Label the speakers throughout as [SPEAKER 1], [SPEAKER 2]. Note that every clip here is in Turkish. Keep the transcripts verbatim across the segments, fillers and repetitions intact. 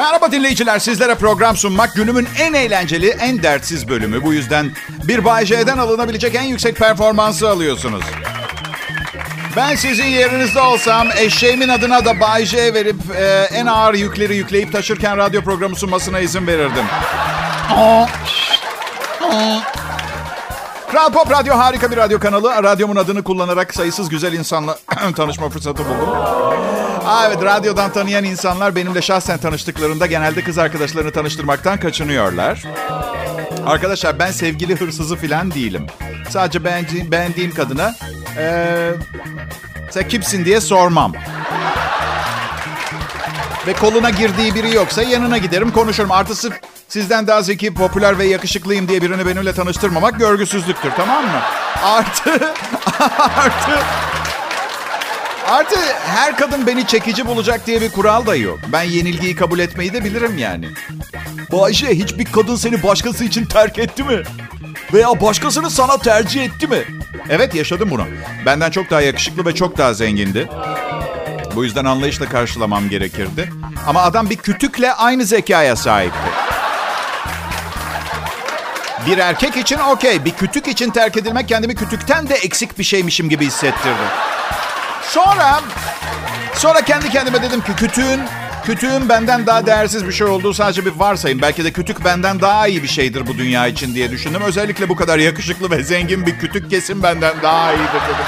[SPEAKER 1] Merhaba dinleyiciler, sizlere program sunmak günümün en eğlenceli, en dertsiz bölümü. Bu yüzden bir Bay J'den alınabilecek en yüksek performansı alıyorsunuz. Ben sizin yerinizde olsam eşeğimin adına da Bay J verip e, en ağır yükleri yükleyip taşırken radyo programı sunmasına izin verirdim. Kral Pop Radyo harika bir radyo kanalı. Radyomun adını kullanarak sayısız güzel insanla tanışma fırsatı buldum. Aa, evet, radyodan tanıyan insanlar benimle şahsen tanıştıklarında genelde kız arkadaşlarını tanıştırmaktan kaçınıyorlar. Arkadaşlar, ben sevgili hırsızı falan değilim. Sadece beğendiğim, beğendiğim kadına ee, sen kimsin diye sormam. Ve koluna girdiği biri yoksa yanına giderim, konuşurum. Artı sırf sizden daha zeki, popüler ve yakışıklıyım diye birini benimle tanıştırmamak görgüsüzlüktür, tamam mı? Artı, artı, artı her kadın beni çekici bulacak diye bir kural da yok. Ben yenilgiyi kabul etmeyi de bilirim yani. Bayşe, hiçbir kadın seni başkası için terk etti mi? Veya başkasını sana tercih etti mi? Evet, yaşadım bunu. Benden çok daha yakışıklı ve çok daha zengindi. Bu yüzden anlayışla karşılamam gerekirdi. Ama adam bir kütükle aynı zekaya sahipti. Bir erkek için okey. Bir kütük için terk edilmek kendimi kütükten de eksik bir şeymişim gibi hissettirdi. Sonra, sonra kendi kendime dedim ki kütüğün, kütüğün benden daha değersiz bir şey olduğu sadece bir varsayım. Belki de kütük benden daha iyi bir şeydir bu dünya için diye düşündüm. Özellikle bu kadar yakışıklı ve zengin bir kütük kesin benden daha iyidir dedim.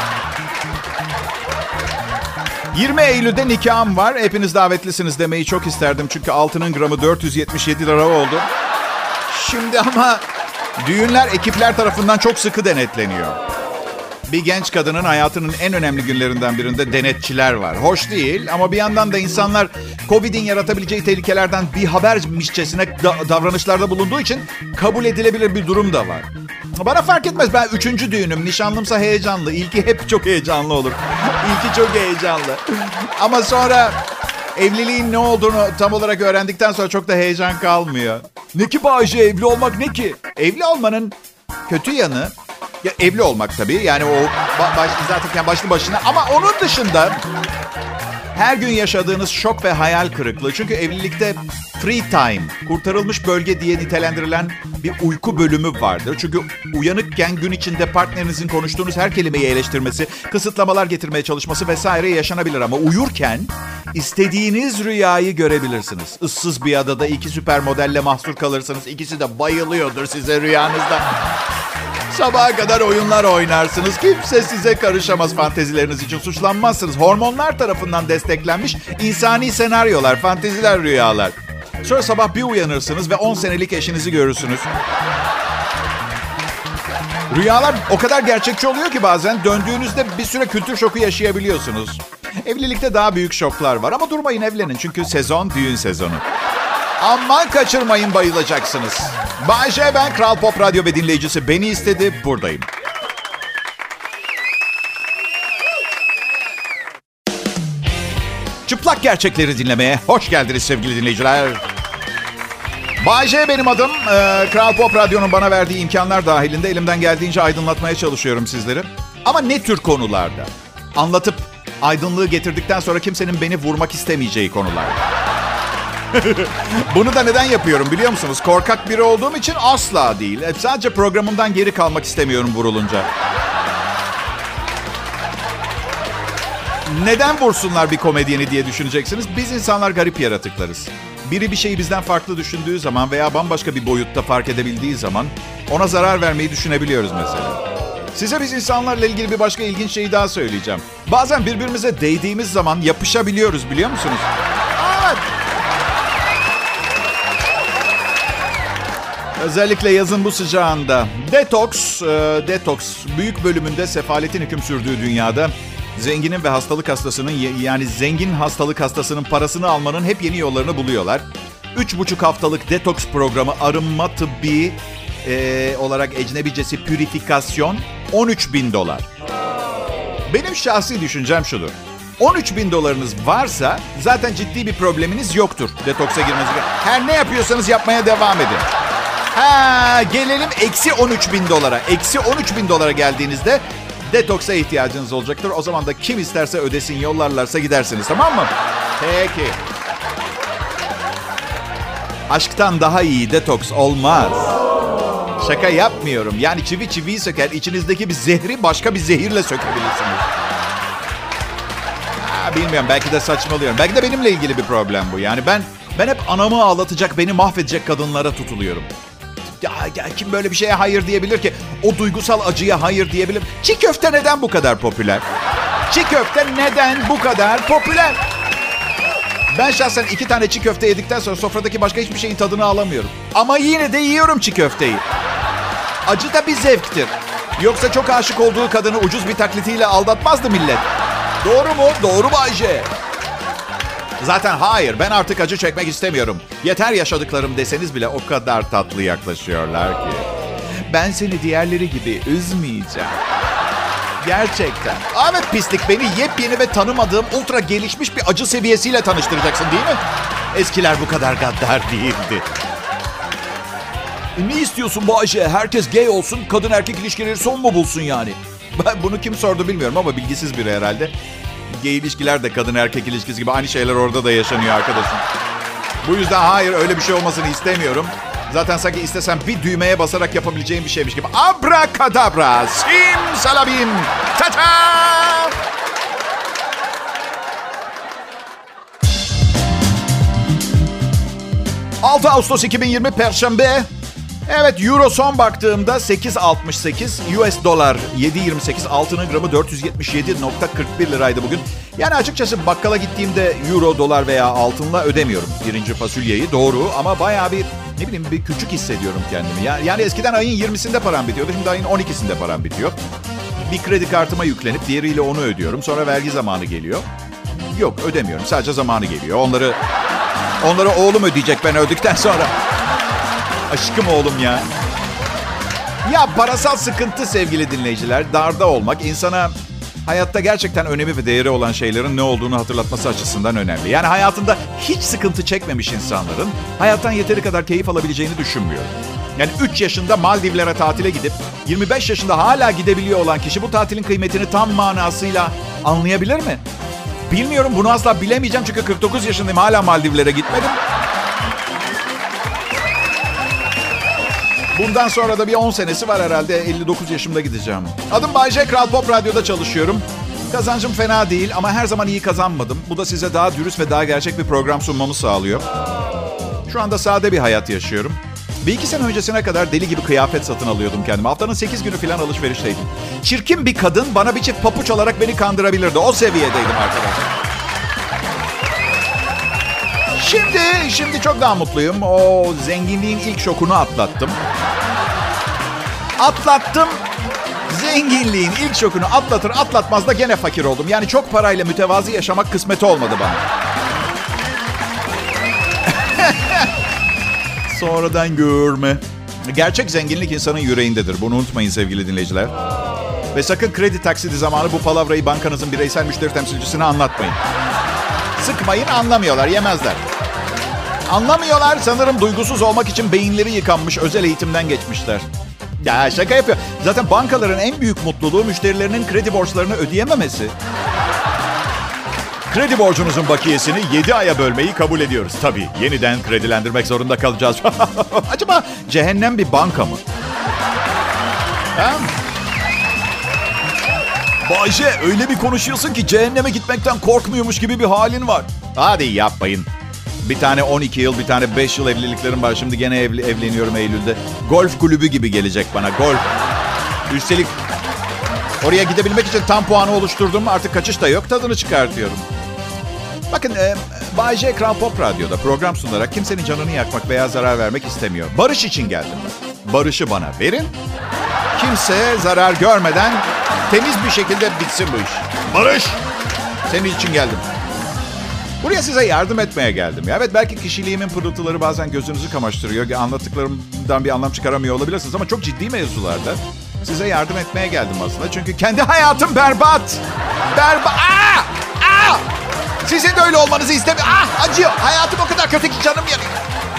[SPEAKER 1] yirmi Eylül'de nikahım var. Hepiniz davetlisiniz demeyi çok isterdim. Çünkü altının gramı dört yüz yetmiş yedi lira oldu. Şimdi ama düğünler ekipler tarafından çok sıkı denetleniyor. Bir genç kadının hayatının en önemli günlerinden birinde denetçiler var. Hoş değil ama bir yandan da insanlar Covid'in yaratabileceği tehlikelerden bir habermişçesine da- davranışlarda bulunduğu için kabul edilebilir bir durum da var. Bana fark etmez, ben üçüncü düğünüm. Nişanlımsa heyecanlı. İlki hep çok heyecanlı olur. İlki çok heyecanlı. Ama sonra evliliğin ne olduğunu tam olarak öğrendikten sonra çok da heyecan kalmıyor. Ne ki Bayce, evli olmak ne ki? Evli olmanın kötü yanı, ya evli olmak tabii. Yani o baş, zaten başlı başına. Ama onun dışında her gün yaşadığınız şok ve hayal kırıklığı. Çünkü evlilikte free time, kurtarılmış bölge diye nitelendirilen bir uyku bölümü vardır. Çünkü uyanıkken gün içinde partnerinizin konuştuğunuz her kelimeyi eleştirmesi, kısıtlamalar getirmeye çalışması vesaire yaşanabilir. Ama uyurken istediğiniz rüyayı görebilirsiniz. Issız bir adada iki süper modelle mahsur kalırsınız. İkisi de bayılıyordur size rüyanızda. Sabaha kadar oyunlar oynarsınız. Kimse size karışamaz, fantezileriniz için suçlanmazsınız. Hormonlar tarafından desteklenmiş insani senaryolar, fanteziler, rüyalar. Sonra sabah bir uyanırsınız ve on senelik eşinizi görürsünüz. Rüyalar o kadar gerçekçi oluyor ki bazen döndüğünüzde bir süre kültür şoku yaşayabiliyorsunuz. Evlilikte daha büyük şoklar var ama durmayın, evlenin. Çünkü sezon düğün sezonu. Aman kaçırmayın, bayılacaksınız. Bay J, ben Kral Pop Radyo ve dinleyicisi. Beni istedi, buradayım. Çıplak gerçekleri dinlemeye hoş geldiniz sevgili dinleyiciler. Bay J benim adım. Ee, Kral Pop Radyo'nun bana verdiği imkanlar dahilinde elimden geldiğince aydınlatmaya çalışıyorum sizleri. Ama ne tür konularda? Anlatıp aydınlığı getirdikten sonra kimsenin beni vurmak istemeyeceği konularda. Bunu da neden yapıyorum biliyor musunuz? Korkak biri olduğum için asla değil. Sadece programımdan geri kalmak istemiyorum vurulunca. Neden vursunlar bir komedyeni diye düşüneceksiniz. Biz insanlar garip yaratıklarız. Biri bir şeyi bizden farklı düşündüğü zaman veya bambaşka bir boyutta fark edebildiği zaman ona zarar vermeyi düşünebiliyoruz mesela. Size biz insanlarla ilgili bir başka ilginç şeyi daha söyleyeceğim. Bazen birbirimize değdiğimiz zaman yapışabiliyoruz, biliyor musunuz? Evet. Özellikle yazın bu sıcağında. Detoks, e, detoks büyük bölümünde sefaletin hüküm sürdüğü dünyada zenginin ve hastalık hastasının, yani zengin hastalık hastasının parasını almanın hep yeni yollarını buluyorlar. Üç buçuk haftalık detoks programı, arınma tıbbi e, olarak ecnebicesi pürifikasyon, on üç bin dolar. Benim şahsi düşüncem şudur. on üç bin dolarınız varsa zaten ciddi bir probleminiz yoktur detoksa girmeniz. Her ne yapıyorsanız yapmaya devam edin. Ha, gelelim eksi on üç bin dolara. Eksi on üç bin dolara geldiğinizde detoksa ihtiyacınız olacaktır. O zaman da kim isterse ödesin, yollarlarsa gidersiniz, tamam mı? Peki. Aşktan daha iyi detoks olmaz. Şaka yapmıyorum. Yani çivi çiviyi söker. İçinizdeki bir zehri başka bir zehirle sökebilirsiniz. Ha, bilmiyorum. Belki de saçmalıyorum. Belki de benimle ilgili bir problem bu. Yani ben ben hep anamı ağlatacak, beni mahvedecek kadınlara tutuluyorum. Ya, ya kim böyle bir şeye hayır diyebilir ki? O duygusal acıya hayır diyebilir. Çiğ köfte neden bu kadar popüler? Çiğ köfte neden bu kadar popüler? Ben şahsen iki tane çiğ köfte yedikten sonra sofradaki başka hiçbir şeyin tadını alamıyorum. Ama yine de yiyorum çiğ köfteyi. Acı da bir zevktir. Yoksa çok aşık olduğu kadını ucuz bir taklitiyle aldatmazdı millet. Doğru mu? Doğru mu Ayşe? Zaten hayır, ben artık acı çekmek istemiyorum. Yeter yaşadıklarım deseniz bile o kadar tatlı yaklaşıyorlar ki. Ben seni diğerleri gibi üzmeyeceğim. Gerçekten. Evet pislik, beni yepyeni ve tanımadığım ultra gelişmiş bir acı seviyesiyle tanıştıracaksın değil mi? Eskiler bu kadar gaddar değildi. E ne istiyorsun bu Ayşe? Herkes gay olsun, kadın erkek ilişkileri son mu bulsun yani? Ben bunu kim sordu bilmiyorum ama bilgisiz biri herhalde. Gay ilişkiler de kadın erkek ilişkisi gibi aynı şeyler orada da yaşanıyor arkadaşım. Bu yüzden hayır, öyle bir şey olmasını istemiyorum. Zaten sanki istesem bir düğmeye basarak yapabileceğim bir şeymiş gibi. Abrakadabra, simsalabim, tata! altı Ağustos iki bin yirmi Perşembe. Evet, Euro son baktığımda sekiz altmış sekiz, U S dolar yedi yirmi sekiz, altının gramı dört yüz yetmiş yedi virgül kırk bir liraydı bugün. Yani açıkçası bakkala gittiğimde Euro, dolar veya altınla ödemiyorum birinci fasulyeyi, doğru, ama bayağı bir ne bileyim bir küçük hissediyorum kendimi. Yani, yani eskiden ayın yirmisinde param bitiyordu, şimdi ayın on ikisinde param bitiyor. Bir kredi kartıma yüklenip diğeriyle onu ödüyorum, sonra vergi zamanı geliyor. Yok, ödemiyorum, sadece zamanı geliyor. Onları onları oğlum ödeyecek ben öldükten sonra. Aşkım oğlum ya. Ya parasal sıkıntı sevgili dinleyiciler, darda olmak insana hayatta gerçekten önemi ve değeri olan şeylerin ne olduğunu hatırlatması açısından önemli. Yani hayatında hiç sıkıntı çekmemiş insanların hayattan yeteri kadar keyif alabileceğini düşünmüyorum. Yani üç yaşında Maldivlere tatile gidip yirmi beş yaşında hala gidebiliyor olan kişi bu tatilin kıymetini tam manasıyla anlayabilir mi? Bilmiyorum, bunu asla bilemeyeceğim çünkü kırk dokuz yaşındayım, hala Maldivlere gitmedim. Bundan sonra da bir on senesi var herhalde. elli dokuz yaşımda gideceğim. Adım Bay J. Kral Pop Radyo'da çalışıyorum. Kazancım fena değil ama her zaman iyi kazanmadım. Bu da size daha dürüst ve daha gerçek bir program sunmamı sağlıyor. Şu anda sade bir hayat yaşıyorum. Bir iki sene öncesine kadar deli gibi kıyafet satın alıyordum kendime. Haftanın sekiz günü falan alışverişteydim. Çirkin bir kadın bana bir çift papuç alarak beni kandırabilirdi. O seviyedeydim arkadaşlar. Şimdi, şimdi çok daha mutluyum. O zenginliğin ilk şokunu atlattım. Atlattım. Zenginliğin ilk şokunu atlatır atlatmaz da gene fakir oldum. Yani çok parayla mütevazi yaşamak kısmeti olmadı bana. Sonradan görme. Gerçek zenginlik insanın yüreğindedir. Bunu unutmayın sevgili dinleyiciler. Ve sakın kredi taksidi zamanı bu palavrayı bankanızın bireysel müşteri temsilcisine anlatmayın. Sıkmayın, anlamıyorlar, yemezler. Anlamıyorlar, sanırım duygusuz olmak için beyinleri yıkanmış, özel eğitimden geçmişler. Ya şaka yapıyor. Zaten bankaların en büyük mutluluğu müşterilerinin kredi borçlarını ödeyememesi. Kredi borcunuzun bakiyesini yedi aya bölmeyi kabul ediyoruz. Tabii yeniden kredilendirmek zorunda kalacağız. Acaba cehennem bir banka mı? Ha? Bayce, öyle bir konuşuyorsun ki cehenneme gitmekten korkmuyormuş gibi bir halin var. Hadi yapmayın. Bir tane on iki yıl, bir tane beş yıl evliliklerim var. Şimdi gene evli, evleniyorum Eylül'de. Golf kulübü gibi gelecek bana, golf. Üstelik oraya gidebilmek için tam puanı oluşturdum. Artık kaçış da yok, tadını çıkartıyorum. Bakın, e, Bay J. Kral Pop Radyo'da program sunarak kimsenin canını yakmak veya zarar vermek istemiyor. Barış için geldim ben. Barışı bana verin. Kimse zarar görmeden temiz bir şekilde bitsin bu iş. Barış! Senin için geldim. Buraya size yardım etmeye geldim. Ya. Evet, belki kişiliğimin pırıltıları bazen gözünüzü kamaştırıyor. Anlattıklarımdan bir anlam çıkaramıyor olabilirsiniz ama çok ciddi mevzularda size yardım etmeye geldim aslında. Çünkü kendi hayatım berbat. Berbat. Aa! Aa! Sizin de öyle olmanızı istemiyorum. Ah! Acıyor. Hayatım o kadar kötü ki canım yanıyor.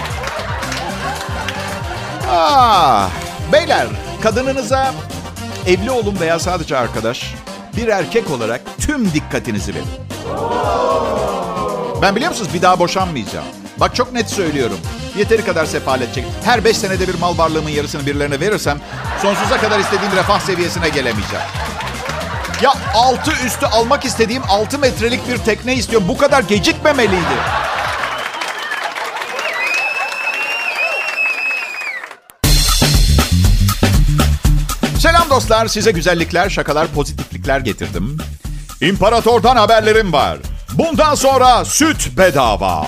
[SPEAKER 1] Ah! Beyler, kadınınıza evli olun veya sadece arkadaş, bir erkek olarak tüm dikkatinizi verin. Ben biliyor musunuz bir daha boşanmayacağım. Bak çok net söylüyorum. Yeteri kadar sefalet çek. Her beş senede bir mal varlığımın yarısını birilerine verirsem sonsuza kadar istediğim refah seviyesine gelemeyeceğim. Ya altı üstü almak istediğim altı metrelik bir tekne istiyorum. Bu kadar gecikmemeliydi. Selam dostlar. Size güzellikler, şakalar, pozitiflikler getirdim. İmparator'dan haberlerim var. Bundan sonra süt bedava.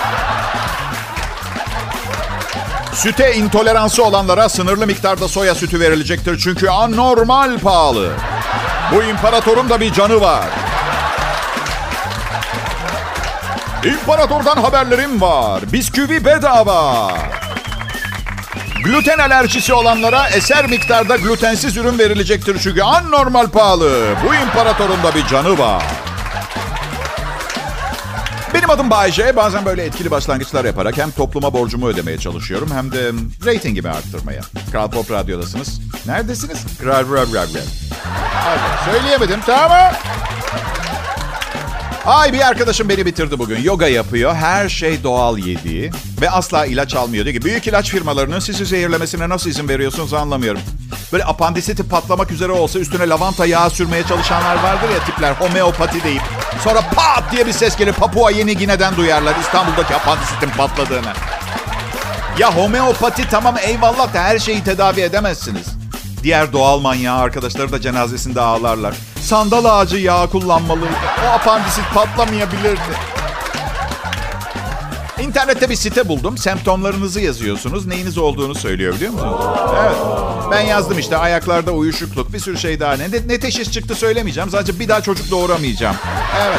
[SPEAKER 1] Süte intoleransı olanlara sınırlı miktarda soya sütü verilecektir. Çünkü anormal pahalı. Bu imparatorun da bir canı var. İmparator'dan haberlerim var. Bisküvi bedava. Gluten alerjisi olanlara eser miktarda glutensiz ürün verilecektir. Çünkü anormal pahalı. Bu imparatorun da bir canı var. Benim adım Bay J. Bazen böyle etkili başlangıçlar yaparak hem topluma borcumu ödemeye çalışıyorum hem de reytingimi arttırmaya. Kral Pop Radyo'dasınız. Neredesiniz? Kral Kral Kral Kral. Hadi, söyleyemedim, tamam. Ay, bir arkadaşım beni bitirdi bugün. Yoga yapıyor, her şey doğal yediği ve asla ilaç almıyor. Diyor ki büyük ilaç firmalarının sizi zehirlemesine nasıl izin veriyorsunuz anlamıyorum. Böyle apandisiti patlamak üzere olsa üstüne lavanta yağı sürmeye çalışanlar vardır ya, tipler homeopati deyip. Sonra pat diye bir ses gelir, Papua Yeni Gine'den duyarlar İstanbul'daki apandisitin patladığını. Ya homeopati tamam eyvallah da her şeyi tedavi edemezsiniz. Diğer doğal manyağı arkadaşları da cenazesinde ağlarlar. Sandal ağacı yağı kullanmalıydı. O apandisit patlamayabilirdi. İnternette bir site buldum. Semptomlarınızı yazıyorsunuz. Neyiniz olduğunu söylüyor, biliyor musunuz? Evet. Ben yazdım işte, ayaklarda uyuşukluk, bir sürü şey daha. Ne, ne teşhis çıktı söylemeyeceğim. Sadece bir daha çocuk doğuramayacağım. Evet.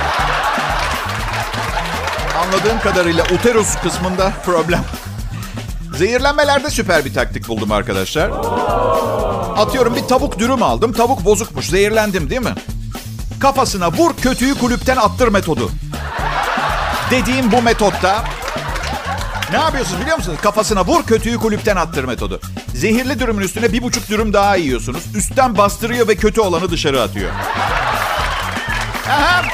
[SPEAKER 1] Anladığım kadarıyla uterus kısmında problem. Zehirlenmelerde süper bir taktik buldum arkadaşlar. Atıyorum bir tavuk dürüm aldım. Tavuk bozukmuş. Zehirlendim değil mi? Kafasına vur, kötüyü kulüpten attır metodu. Dediğim bu metotta ne yapıyorsunuz biliyor musunuz? Kafasına vur, kötüyü kulüpten attır metodu. Zehirli dürümün üstüne bir buçuk dürüm daha yiyorsunuz. Üstten bastırıyor ve kötü olanı dışarı atıyor. Aha.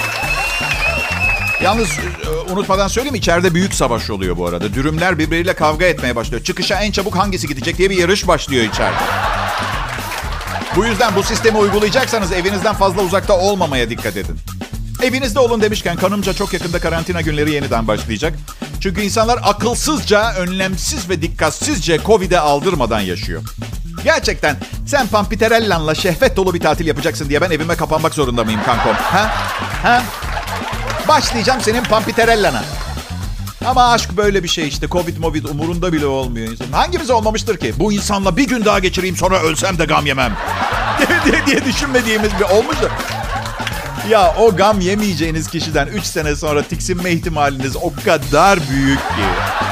[SPEAKER 1] Yalnız unutmadan söyleyeyim, içeride büyük savaş oluyor bu arada. Dürümler birbiriyle kavga etmeye başlıyor. Çıkışa en çabuk hangisi gidecek diye bir yarış başlıyor içeride. Bu yüzden bu sistemi uygulayacaksanız evinizden fazla uzakta olmamaya dikkat edin. Evinizde olun demişken, kanımca çok yakında karantina günleri yeniden başlayacak. Çünkü insanlar akılsızca, önlemsiz ve dikkatsizce Covid'e aldırmadan yaşıyor. Gerçekten sen Pampiterellan'la şehvet dolu bir tatil yapacaksın diye ben evime kapanmak zorunda mıyım kankom? Ha? Ha? Başlayacağım senin Pampiterellana. Ama aşk böyle bir şey işte. Covid movid umurunda bile olmuyor insan. Hangimiz olmamıştır ki? Bu insanla bir gün daha geçireyim, sonra ölsem de gam yemem. diye, diye düşünmediğimiz bir olmuş da. Ya o gam yemeyeceğiniz kişiden üç sene sonra tiksinme ihtimaliniz o kadar büyük ki.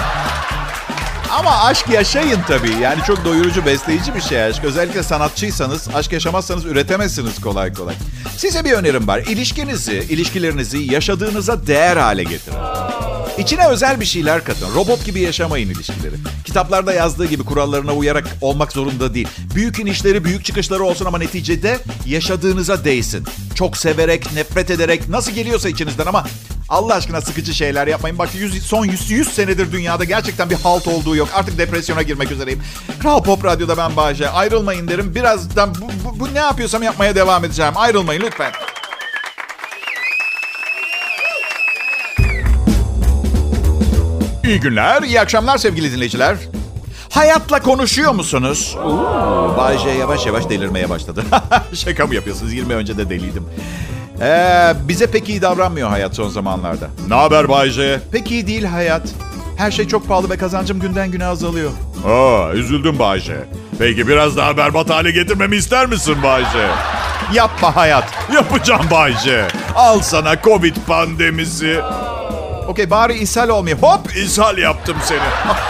[SPEAKER 1] Ama aşk yaşayın tabii. Yani çok doyurucu, besleyici bir şey aşk. Özellikle sanatçıysanız, aşk yaşamazsanız üretemezsiniz kolay kolay. Size bir önerim var. İlişkinizi, ilişkilerinizi yaşadığınıza değer hale getirin. İçine özel bir şeyler katın. Robot gibi yaşamayın ilişkileri. Kitaplarda yazdığı gibi kurallarına uyarak olmak zorunda değil. Büyük inişleri, büyük çıkışları olsun ama neticede yaşadığınıza değsin. Çok severek, nefret ederek, nasıl geliyorsa içinizden ama Allah aşkına sıkıcı şeyler yapmayın. Bak yüz, son yüz, yüz senedir dünyada gerçekten bir halt olduğu yok. Artık depresyona girmek üzereyim. Kral Pop Radyo'da ben Bahçe. Ayrılmayın derim. Birazdan bu, bu, bu ne yapıyorsam yapmaya devam edeceğim. Ayrılmayın lütfen. İyi günler, iyi akşamlar sevgili dinleyiciler. Hayatla konuşuyor musunuz? Oo, Bayce yavaş yavaş delirmeye başladı. Şaka mı yapıyorsunuz? yirmi önce de deliydim. Ee, bize pek iyi davranmıyor hayat son zamanlarda. Ne haber Bayce? Pek iyi değil hayat. Her şey çok pahalı ve kazancım günden güne azalıyor. Aa, üzüldüm Bayce. Peki biraz daha berbat hale getirmemi ister misin Bayce? Yapma hayat. Yapacağım Bayce. Al sana Covid pandemisi. Okey, bari ishal olmayayım. Hop, ishal yaptım seni.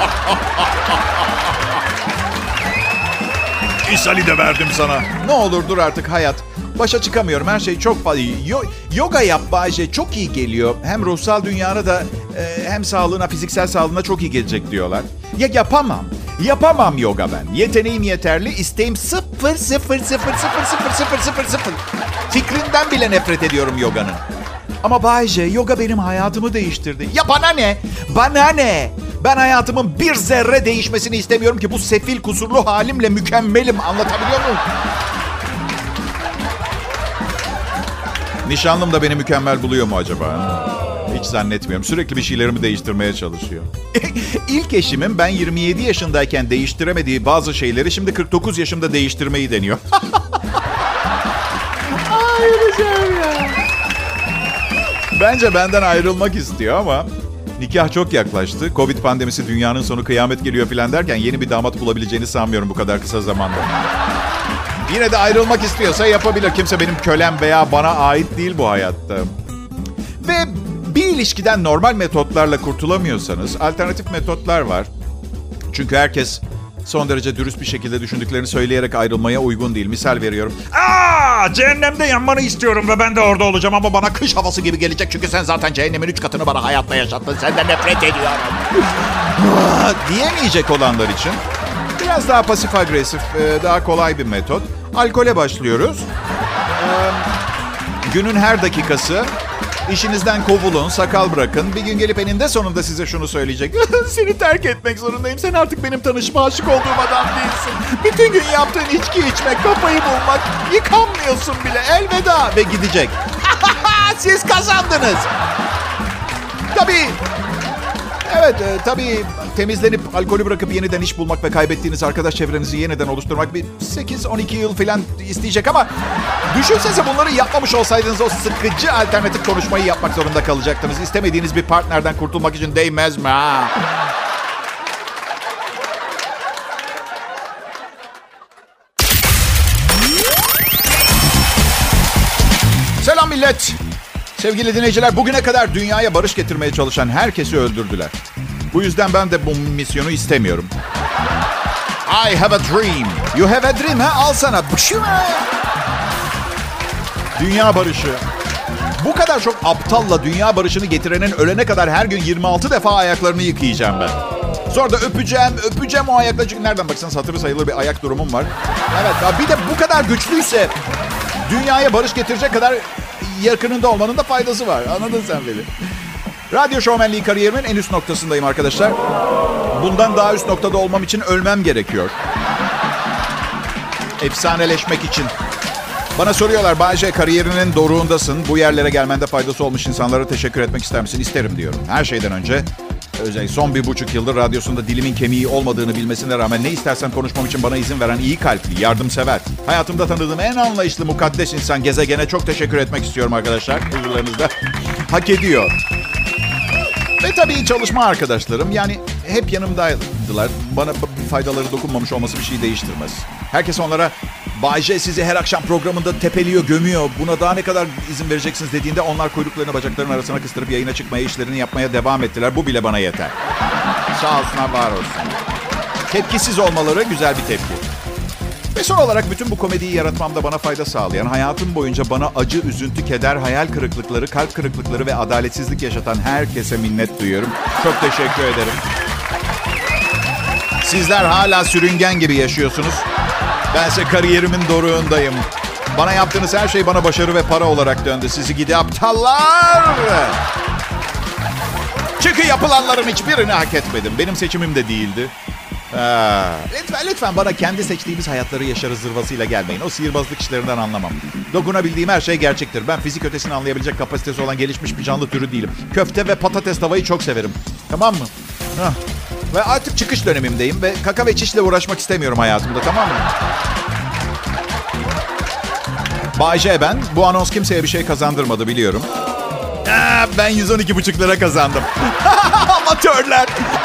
[SPEAKER 1] İshali de verdim sana. Ne olur dur artık hayat. Başa çıkamıyorum. Her şey çok fazla. Yo- yoga yap Bayce. Çok iyi geliyor. Hem ruhsal dünyana da e, hem sağlığına, fiziksel sağlığına çok iyi gelecek diyorlar. Ya yapamam. Yapamam yoga ben. Yeteneğim yeterli. İsteğim sıfır, sıfır, sıfır, sıfır, sıfır, sıfır, sıfır, sıfır. Fikrinden bile nefret ediyorum yoganın. Ama Bayce, yoga benim hayatımı değiştirdi. Ya bana ne? Bana ne? Ben hayatımın bir zerre değişmesini istemiyorum ki bu sefil kusurlu halimle mükemmelim. Anlatabiliyor muyum? Nişanlım da beni mükemmel buluyor mu acaba? Hiç zannetmiyorum. Sürekli bir şeylerimi değiştirmeye çalışıyor. İlk eşimin ben yirmi yedi yaşındayken değiştiremediği bazı şeyleri şimdi kırk dokuz yaşımda değiştirmeyi deniyor. Ay öleceğim ya. Bence benden ayrılmak istiyor ama nikah çok yaklaştı. Covid pandemisi, dünyanın sonu, kıyamet geliyor falan derken yeni bir damat bulabileceğini sanmıyorum bu kadar kısa zamanda. Yine de ayrılmak istiyorsa yapabilir. Kimse benim kölem veya bana ait değil bu hayatta. Ve bir ilişkiden normal metotlarla kurtulamıyorsanız alternatif metotlar var. Çünkü herkes son derece dürüst bir şekilde düşündüklerini söyleyerek ayrılmaya uygun değil. Misal veriyorum. Aa, cehennemde yanmanı istiyorum ve ben de orada olacağım ama bana kış havası gibi gelecek. Çünkü sen zaten cehennemin üç katını bana hayatta yaşattın. Senden nefret ediyorum. Diyemeyecek olanlar için biraz daha pasif agresif, daha kolay bir metot. Alkole başlıyoruz. Günün her dakikası İşinizden kovulun, sakal bırakın. Bir gün gelip eninde sonunda size şunu söyleyecek. Seni terk etmek zorundayım. Sen artık benim tanışma aşık olduğum adam değilsin. Bütün gün yaptığın içki içmek, kafayı bulmak. Yıkanmıyorsun bile. Elveda. Ve gidecek. Siz kazandınız. Tabii. Evet, e, tabii temizlenip alkolü bırakıp yeniden iş bulmak ve kaybettiğiniz arkadaş çevrenizi yeniden oluşturmak bir sekiz on iki yıl falan isteyecek ama düşünsenize bunları yapmamış olsaydınız o sıkıcı alternatif konuşmayı yapmak zorunda kalacaktınız. İstemediğiniz bir partnerden kurtulmak için değmez mi ha? Selam millet. Sevgili dinleyiciler, bugüne kadar dünyaya barış getirmeye çalışan herkesi öldürdüler. Bu yüzden ben de bu misyonu istemiyorum. I have a dream. You have a dream ha? Al sana. Dünya barışı. Bu kadar çok aptalla dünya barışını getirenin ölene kadar her gün yirmi altı defa ayaklarını yıkayacağım ben. Sonra da öpeceğim, öpeceğim o ayakla. Çünkü nereden baksanız hatırı sayılır bir ayak durumum var. Evet, bir de bu kadar güçlüyse dünyaya barış getirecek kadar yakınında olmanın da faydası var. Anladın sen beni. Radyo şovmenliği kariyerimin en üst noktasındayım arkadaşlar. Bundan daha üst noktada olmam için ölmem gerekiyor. Efsaneleşmek için. Bana soruyorlar, Bayce kariyerinin doruğundasın. Bu yerlere gelmende faydası olmuş insanlara teşekkür etmek ister misin? İsterim diyorum. Her şeyden önce özellikle son bir buçuk yıldır radyosunda dilimin kemiği olmadığını bilmesine rağmen ne istersen konuşmam için bana izin veren iyi kalpli, yardımsever, hayatımda tanıdığım en anlayışlı, mukaddes insan gezegene çok teşekkür etmek istiyorum arkadaşlar. Huzurlarınızda. Hak ediyor. Ve tabii çalışma arkadaşlarım, yani hep yanımdaydılar. Bana faydaları dokunmamış olması bir şey değiştirmez. Herkes onlara Bay J sizi her akşam programında tepeliyor, gömüyor. Buna daha ne kadar izin vereceksiniz dediğinde onlar kuyruklarını bacaklarının arasına kıstırıp yayına çıkmaya, işlerini yapmaya devam ettiler. Bu bile bana yeter. Sağ olsunlar, var olsun. Tepkisiz olmaları güzel bir tepki. Ve son olarak bütün bu komediyi yaratmamda bana fayda sağlayan, hayatım boyunca bana acı, üzüntü, keder, hayal kırıklıkları, kalp kırıklıkları ve adaletsizlik yaşatan herkese minnet duyuyorum. Çok teşekkür ederim. Sizler hala sürüngen gibi yaşıyorsunuz. Bense kariyerimin doruğundayım. Bana yaptığınız her şey bana başarı ve para olarak döndü. Sizi gidi aptallar. Çünkü yapılanların hiçbirini hak etmedim. Benim seçimim de değildi. Ha. Lütfen, lütfen bana kendi seçtiğimiz hayatları yaşarız zırvasıyla gelmeyin. O sihirbazlık işlerinden anlamam. Dokunabildiğim her şey gerçektir. Ben fizik ötesini anlayabilecek kapasitesi olan gelişmiş bir canlı türü değilim. Köfte ve patates tavayı çok severim. Tamam mı? Hah. Ve artık çıkış dönemimdeyim ve kaka ve çişle uğraşmak istemiyorum hayatımda, tamam mı? Bay J ben. Bu anons kimseye bir şey kazandırmadı biliyorum. Aa, ben yüz on iki buçuk lira kazandım. Amatörler.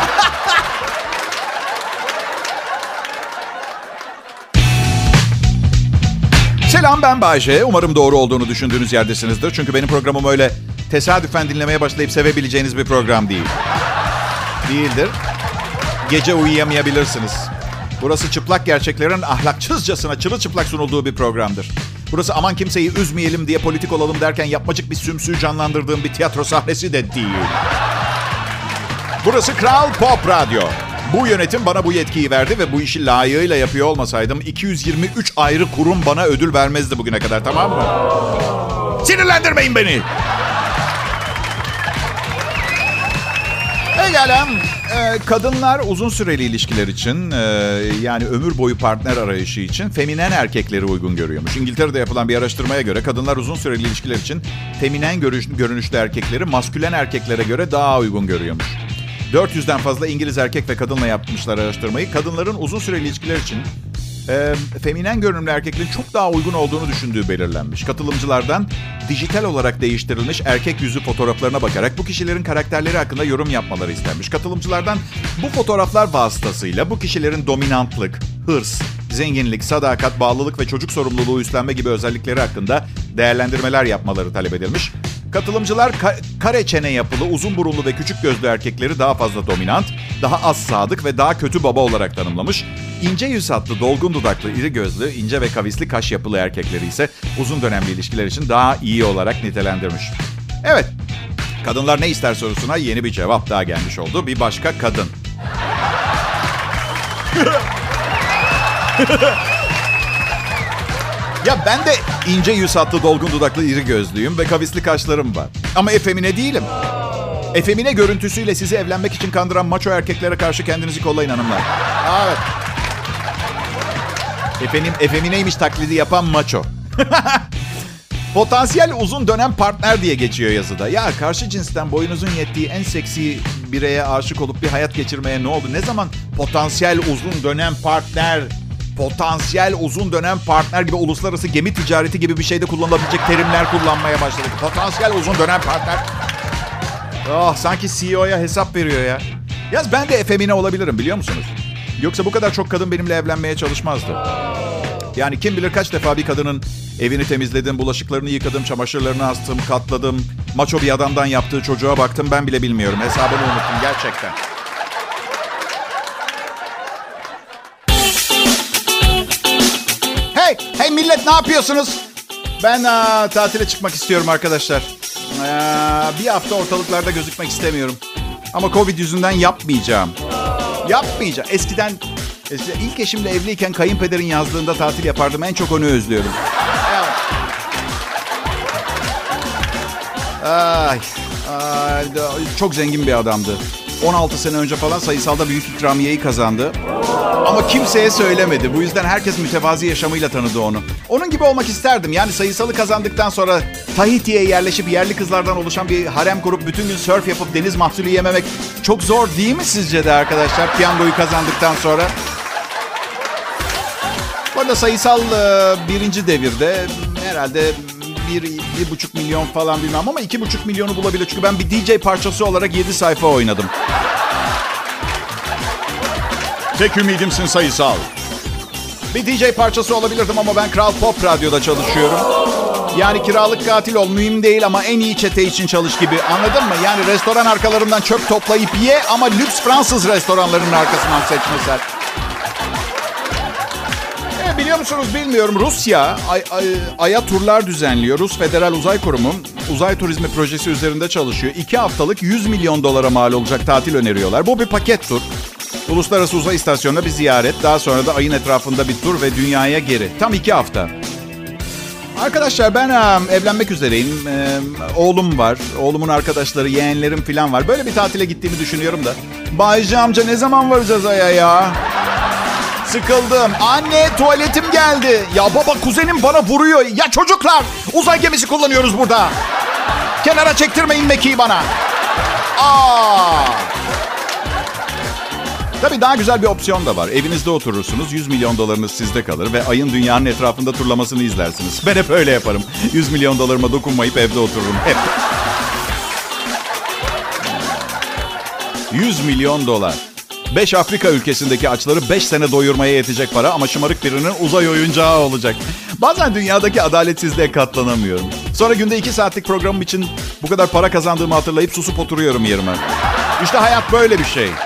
[SPEAKER 1] Selam, ben Bay J. Umarım doğru olduğunu düşündüğünüz yerdesinizdir. Çünkü benim programım öyle tesadüfen dinlemeye başlayıp sevebileceğiniz bir program değil. Değildir. Gece uyuyamayabilirsiniz. Burası çıplak gerçeklerin ahlaksızcasına çırılçıplak sunulduğu bir programdır. Burası aman kimseyi üzmeyelim diye politik olalım derken yapmacık bir sümsüğü canlandırdığım bir tiyatro sahnesi de değil. Burası Kral Pop Radyo. Bu yönetim bana bu yetkiyi verdi ve bu işi layığıyla yapıyor olmasaydım iki yüz yirmi üç ayrı kurum bana ödül vermezdi bugüne kadar, tamam mı? Sinirlendirmeyin beni. Pekala. e, kadınlar uzun süreli ilişkiler için e, yani ömür boyu partner arayışı için feminen erkekleri uygun görüyormuş. İngiltere'de yapılan bir araştırmaya göre kadınlar uzun süreli ilişkiler için feminen görünüşlü erkekleri maskülen erkeklere göre daha uygun görüyormuş. dört yüzden fazla İngiliz erkek ve kadınla yapmışlar araştırmayı. Kadınların uzun süreli ilişkiler için e, feminen görünümlü erkeklerin çok daha uygun olduğunu düşündüğü belirlenmiş. Katılımcılardan dijital olarak değiştirilmiş erkek yüzü fotoğraflarına bakarak bu kişilerin karakterleri hakkında yorum yapmaları istenmiş. Katılımcılardan bu fotoğraflar vasıtasıyla bu kişilerin dominantlık, hırs, zenginlik, sadakat, bağlılık ve çocuk sorumluluğu üstlenme gibi özellikleri hakkında değerlendirmeler yapmaları talep edilmiş. Katılımcılar ka- kare çene yapılı, uzun burunlu ve küçük gözlü erkekleri daha fazla dominant, daha az sadık ve daha kötü baba olarak tanımlamış. İnce yüz hatlı, dolgun dudaklı, iri gözlü, ince ve kavisli kaş yapılı erkekleri ise uzun dönemli ilişkiler için daha iyi olarak nitelendirmiş. Evet, kadınlar ne ister sorusuna yeni bir cevap daha gelmiş oldu. Bir başka kadın. Ya ben de ince yüz hatlı, dolgun dudaklı, iri gözlüyüm ve kavisli kaşlarım var. Ama efemine değilim. Efemine görüntüsüyle sizi evlenmek için kandıran maço erkeklere karşı kendinizi kollayın hanımlar. Evet. Efenim, efemineymiş taklidi yapan maço. Potansiyel uzun dönem partner diye geçiyor yazıda. Ya karşı cinsten boyunuzun yettiği en seksi bireye aşık olup bir hayat geçirmeye ne oldu? Ne zaman potansiyel uzun dönem partner, potansiyel uzun dönem partner gibi uluslararası gemi ticareti gibi bir şeyde kullanılabilecek terimler kullanmaya başladık. Potansiyel uzun dönem partner. Oh, sanki C E O'ya hesap veriyor ya. Yaz ben de efemine olabilirim biliyor musunuz? Yoksa bu kadar çok kadın benimle evlenmeye çalışmazdı. Yani kim bilir kaç defa bir kadının evini temizledim, bulaşıklarını yıkadım, çamaşırlarını astım, katladım. Maço bir adamdan yaptığı çocuğa baktım, ben bile bilmiyorum. Hesabını unuttum gerçekten. Hey, hey millet ne yapıyorsunuz? Ben aa, tatile çıkmak istiyorum arkadaşlar. Aa, bir hafta ortalıklarda gözükmek istemiyorum. Ama Covid yüzünden yapmayacağım. Yapmayacağım. Eskiden, eskiden ilk eşimle evliyken kayınpederin yazlığında tatil yapardım. En çok onu özlüyorum. Evet. Ay, ay, çok zengin bir adamdı. on altı sene önce falan sayısalda büyük ikramiyeyi kazandı. Ama kimseye söylemedi. Bu yüzden herkes mütevazi yaşamıyla tanıdı onu. Onun gibi olmak isterdim. Yani sayısalı kazandıktan sonra Tahiti'ye yerleşip yerli kızlardan oluşan bir harem kurup bütün gün surf yapıp deniz mahsulü yememek çok zor değil mi sizce de arkadaşlar? Piyangoyu kazandıktan sonra. Bu arada sayısal birinci devirde herhalde bir, bir buçuk milyon falan bilmem ama iki buçuk milyonu bulabilir. Çünkü ben bir D J parçası olarak yedi sayfa oynadım. Tek ümidimsin sayısal. Bir D J parçası olabilirdim ama ben Kral Pop Radyo'da çalışıyorum. Yani kiralık katil ol mühim değil ama en iyi çete için çalış gibi. Anladın mı? Yani restoran arkalarından çöp toplayıp ye ama lüks Fransız restoranlarının arkasından seçmeler. E, biliyor musunuz bilmiyorum. Rusya ay, ay, Ay'a turlar düzenliyor. Rus Federal Uzay Kurumu uzay turizmi projesi üzerinde çalışıyor. İki haftalık yüz milyon dolara mal olacak tatil öneriyorlar. Bu bir paket tur. Uluslararası Uzay İstasyonu'na bir ziyaret. Daha sonra da ayın etrafında bir tur ve dünyaya geri. Tam iki hafta. Arkadaşlar ben e, evlenmek üzereyim. E, oğlum var. Oğlumun arkadaşları, yeğenlerim falan var. Böyle bir tatile gittiğimi düşünüyorum da. Bayce amca ne zaman varacağız Ay'a ya? Sıkıldım. Anne tuvaletim geldi. Ya baba kuzenim bana vuruyor. Ya çocuklar uzay gemisi kullanıyoruz burada. Kenara çektirmeyin mekiği bana. Aa. Tabii daha güzel bir opsiyon da var. Evinizde oturursunuz, yüz milyon dolarınız sizde kalır ve ayın dünyanın etrafında turlamasını izlersiniz. Ben hep öyle yaparım. yüz milyon dolarıma dokunmayıp evde otururum. Hep. yüz milyon dolar. beş Afrika ülkesindeki açları beş sene doyurmaya yetecek para ama şımarık birinin uzay oyuncağı olacak. Bazen dünyadaki adaletsizliğe katlanamıyorum. Sonra günde iki saatlik programım için bu kadar para kazandığımı hatırlayıp susup oturuyorum yerime. İşte hayat böyle bir şey.